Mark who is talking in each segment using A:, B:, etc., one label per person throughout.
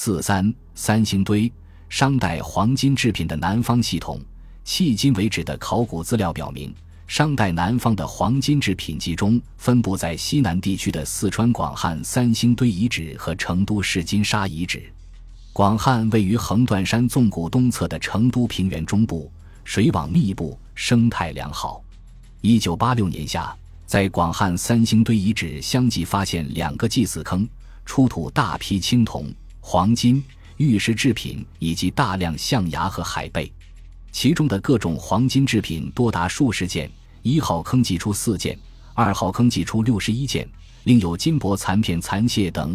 A: 三星堆，商代黄金制品的南方系统。迄今为止的考古资料表明，商代南方的黄金制品集中分布在西南地区的四川广汉三星堆遗址和成都市金沙遗址。广汉位于横断山纵谷东侧的成都平原中部，水网密布，生态良好。1986年夏，在广汉三星堆遗址相继发现2个祭祀坑，出土大批青铜、黄金、玉石制品以及大量象牙和海贝，其中的各种黄金制品多达数十件，1号坑祭出4件，2号坑祭出61件，另有金箔残片残屑等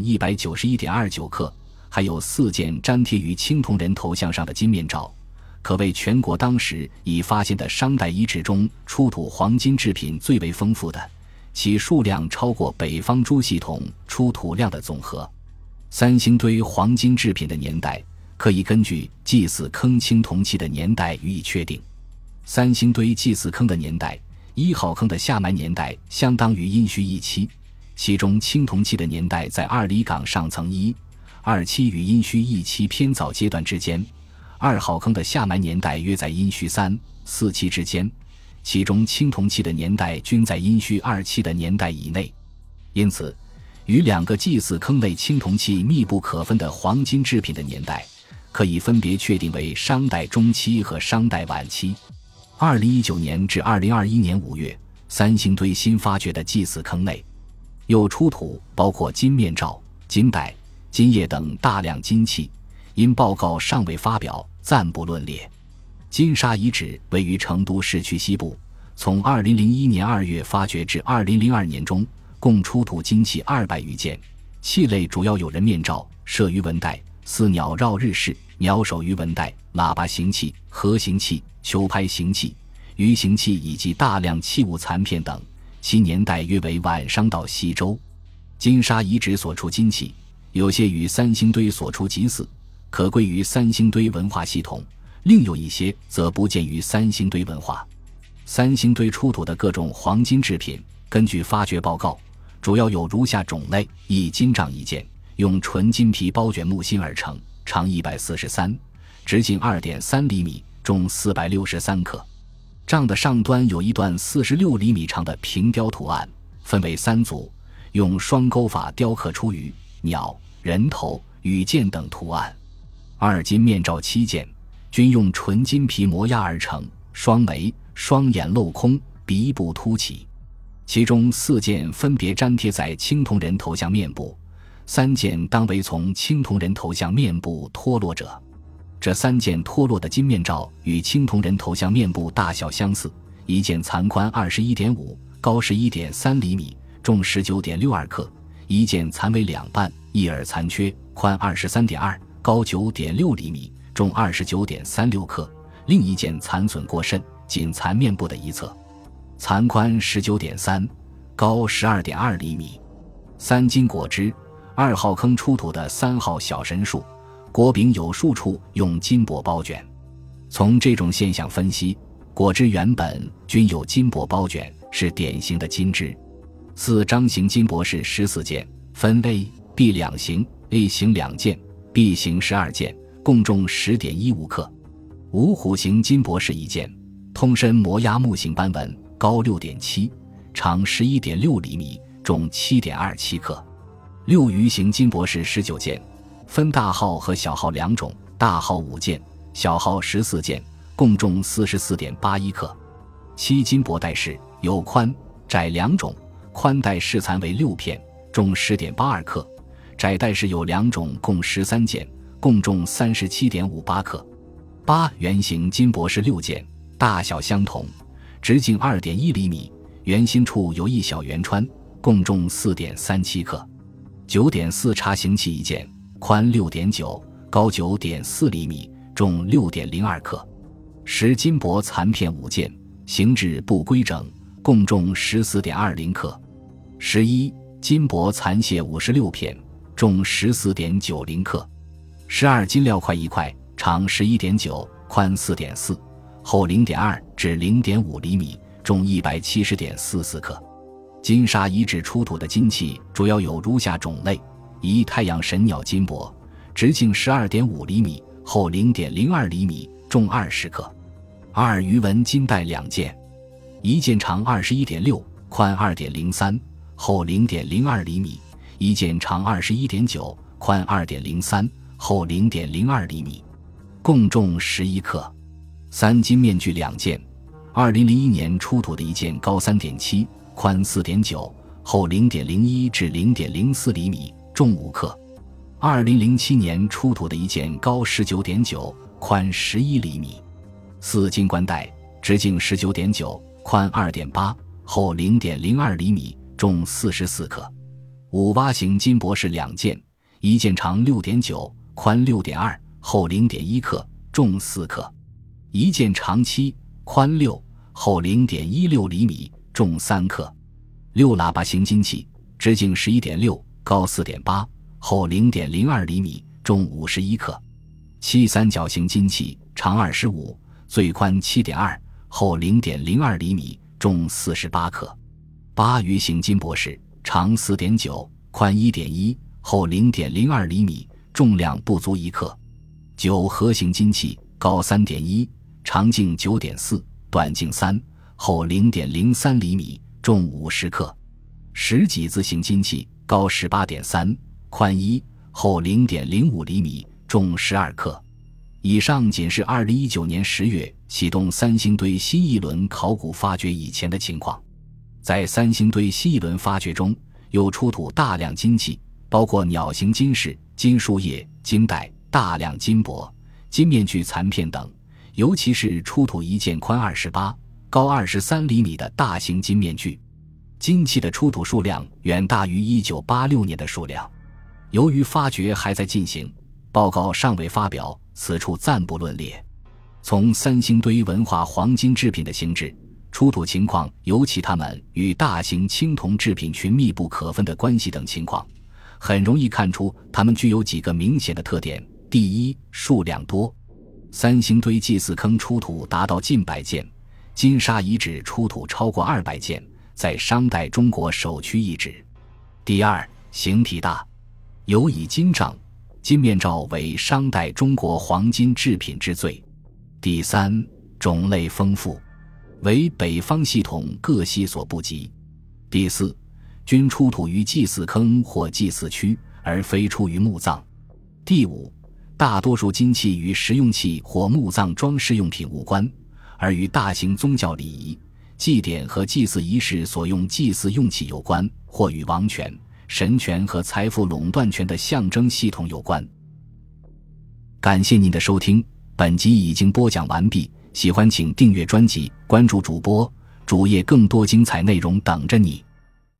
A: 191.29 克，还有4件粘贴于青铜人头像上的金面罩，可谓全国当时已发现的商代遗址中出土黄金制品最为丰富的，其数量超过北方诸系统出土量的总和。三星堆黄金制品的年代可以根据祭祀坑青铜器的年代予以确定。三星堆祭祀坑的年代，1号坑的下埋年代相当于殷墟1期，其中青铜器的年代在二里岗上层1、2期与殷墟1期偏早阶段之间，2号坑的下埋年代约在殷墟3、4期之间，其中青铜器的年代均在殷墟2期的年代以内。因此，与2个祭祀坑内青铜器密不可分的黄金制品的年代，可以分别确定为商代中期和商代晚期。2019年至2021年5月，三星堆新发掘的祭祀坑内，又出土包括金面罩、金带、金叶等大量金器，因报告尚未发表，暂不论列。金沙遗址位于成都市区西部，从2001年2月发掘至2002年中，共出土金器200余件，器类主要有人面罩、鳝鱼纹带、似鸟绕日式、鸟手鱼纹带、喇叭形器、盒形器、球拍形器、鱼形器以及大量器物残片等，其年代约为晚商到西周。金沙遗址所出金器，有些与三星堆所出极似，可归于三星堆文化系统，另有一些则不见于三星堆文化。三星堆出土的各种黄金制品，根据发掘报告，主要有如下种类：一金杖一件，用纯金皮包卷木芯而成，长143，直径 2.3 厘米，重463克。杖的上端有一段46厘米长的平雕图案，分为3组，用双钩法雕刻出鱼、鸟、人头、羽箭等图案。2金面罩7件，均用纯金皮磨压而成，双眉、双眼镂空，鼻部凸起。其中4件分别粘贴在青铜人头像面部，3件当为从青铜人头像面部脱落者。这3件脱落的金面罩与青铜人头像面部大小相似，一件残宽 21.5， 高 11.3 厘米，重 19.62 克，一件残为2半，一耳残缺，宽 23.2， 高 9.6 厘米，重 29.36 克，另一件残损过甚，仅残面部的一侧，残宽 19.3， 高 12.2 厘米。3金果枝，2号坑出土的3号小神树，果柄有数处用金箔包卷。从这种现象分析，果枝原本均有金箔包卷，是典型的金枝。4章形金箔是14件，分 A、B 两型， A 型2件， B 型12件，共重 10.15 克。5虎形金箔是1件，通身磨压木形斑纹，高 6.7， 长 11.6 厘米，重 7.27 克。6鱼形金箔是19件，分大号和小号2种，大号5件，小号14件，共重 44.81 克。7金箔带饰有宽、窄2种，宽带饰残为6片，重 10.82 克，窄带饰有2种，共13件，共重 37.58 克。8圆形金箔是6件，大小相同，直径 2.1 厘米，圆心处有一小圆穿，共重 4.37 克。9.4叉形器1件，宽 6.9， 高 9.4 厘米，重 6.02 克。10金箔残片5件，形制不规整，共重 14.20 克。11金箔残屑56片，重 14.90 克。12金料块1块，长 11.9， 宽 4.4， 厚 0.2 至 0.5 厘米，重 170.44 克。金沙遗址出土的金器主要有如下种类：1太阳神鸟金箔， 直径 12.5 厘米，厚 0.02 厘米，重20克。2鱼纹金带2件，一件长 21.6， 宽 2.03， 厚 0.02 厘米，一件长 21.9， 宽 2.03， 厚 0.02 厘米，共重11克。3金面具2件，2001年出土的一件高 3.7， 宽 4.9， 厚 0.01 至 0.04 厘米，重5克。2007年出土的一件高 19.9， 宽11厘米。4金冠带，直径 19.9， 宽 2.8， 厚 0.02 厘米，重44克。5蛙形金博士2件，一件长 6.9， 宽 6.2， 厚 0.1 克，重4克。一件长7，宽6，厚 0.16 厘米，重3克。6喇叭形金器，直径 11.6， 高 4.8， 厚 0.02 厘米，重51克。7三角形金器，长25，最宽 7.2， 厚 0.02 厘米，重48克。8鱼形金博士，长 4.9， 宽 1.1， 厚 0.02 厘米，重量不足1克。9盒形金器，高 3.1， 长径 9.4， 短径3，厚 0.03 厘米，重50克。10几字形金器，高 18.3， 宽1，厚 0.05 厘米，重12克。以上仅是2019年10月启动三星堆新一轮考古发掘以前的情况。在三星堆新一轮发掘中，又出土大量金器，包括鸟形金饰、金树叶、金带、大量金箔、金面具残片等，尤其是出土一件宽28、高23厘米的大型金面具。金器的出土数量远大于1986年的数量。由于发掘还在进行，报告尚未发表，此处暂不论列。从三星堆文化黄金制品的形制、出土情况，尤其它们与大型青铜制品群密不可分的关系等情况，很容易看出它们具有几个明显的特点。第一，数量多。三星堆祭祀坑出土达到近100件，金沙遗址出土超过200件，在商代中国首屈一指。第二，形体大，尤以金杖、金面罩为商代中国黄金制品之最。第三，种类丰富，为北方系统各系所不及。第四，均出土于祭祀坑或祭祀区，而非出于墓葬。第五，大多数金器与实用器或墓葬装饰用品无关，而与大型宗教礼仪、祭典和祭祀仪式所用祭祀用器有关，或与王权、神权和财富垄断权的象征系统有关。感谢您的收听，本集已经播讲完毕，喜欢请订阅专辑，关注主播，主页更多精彩内容等着你。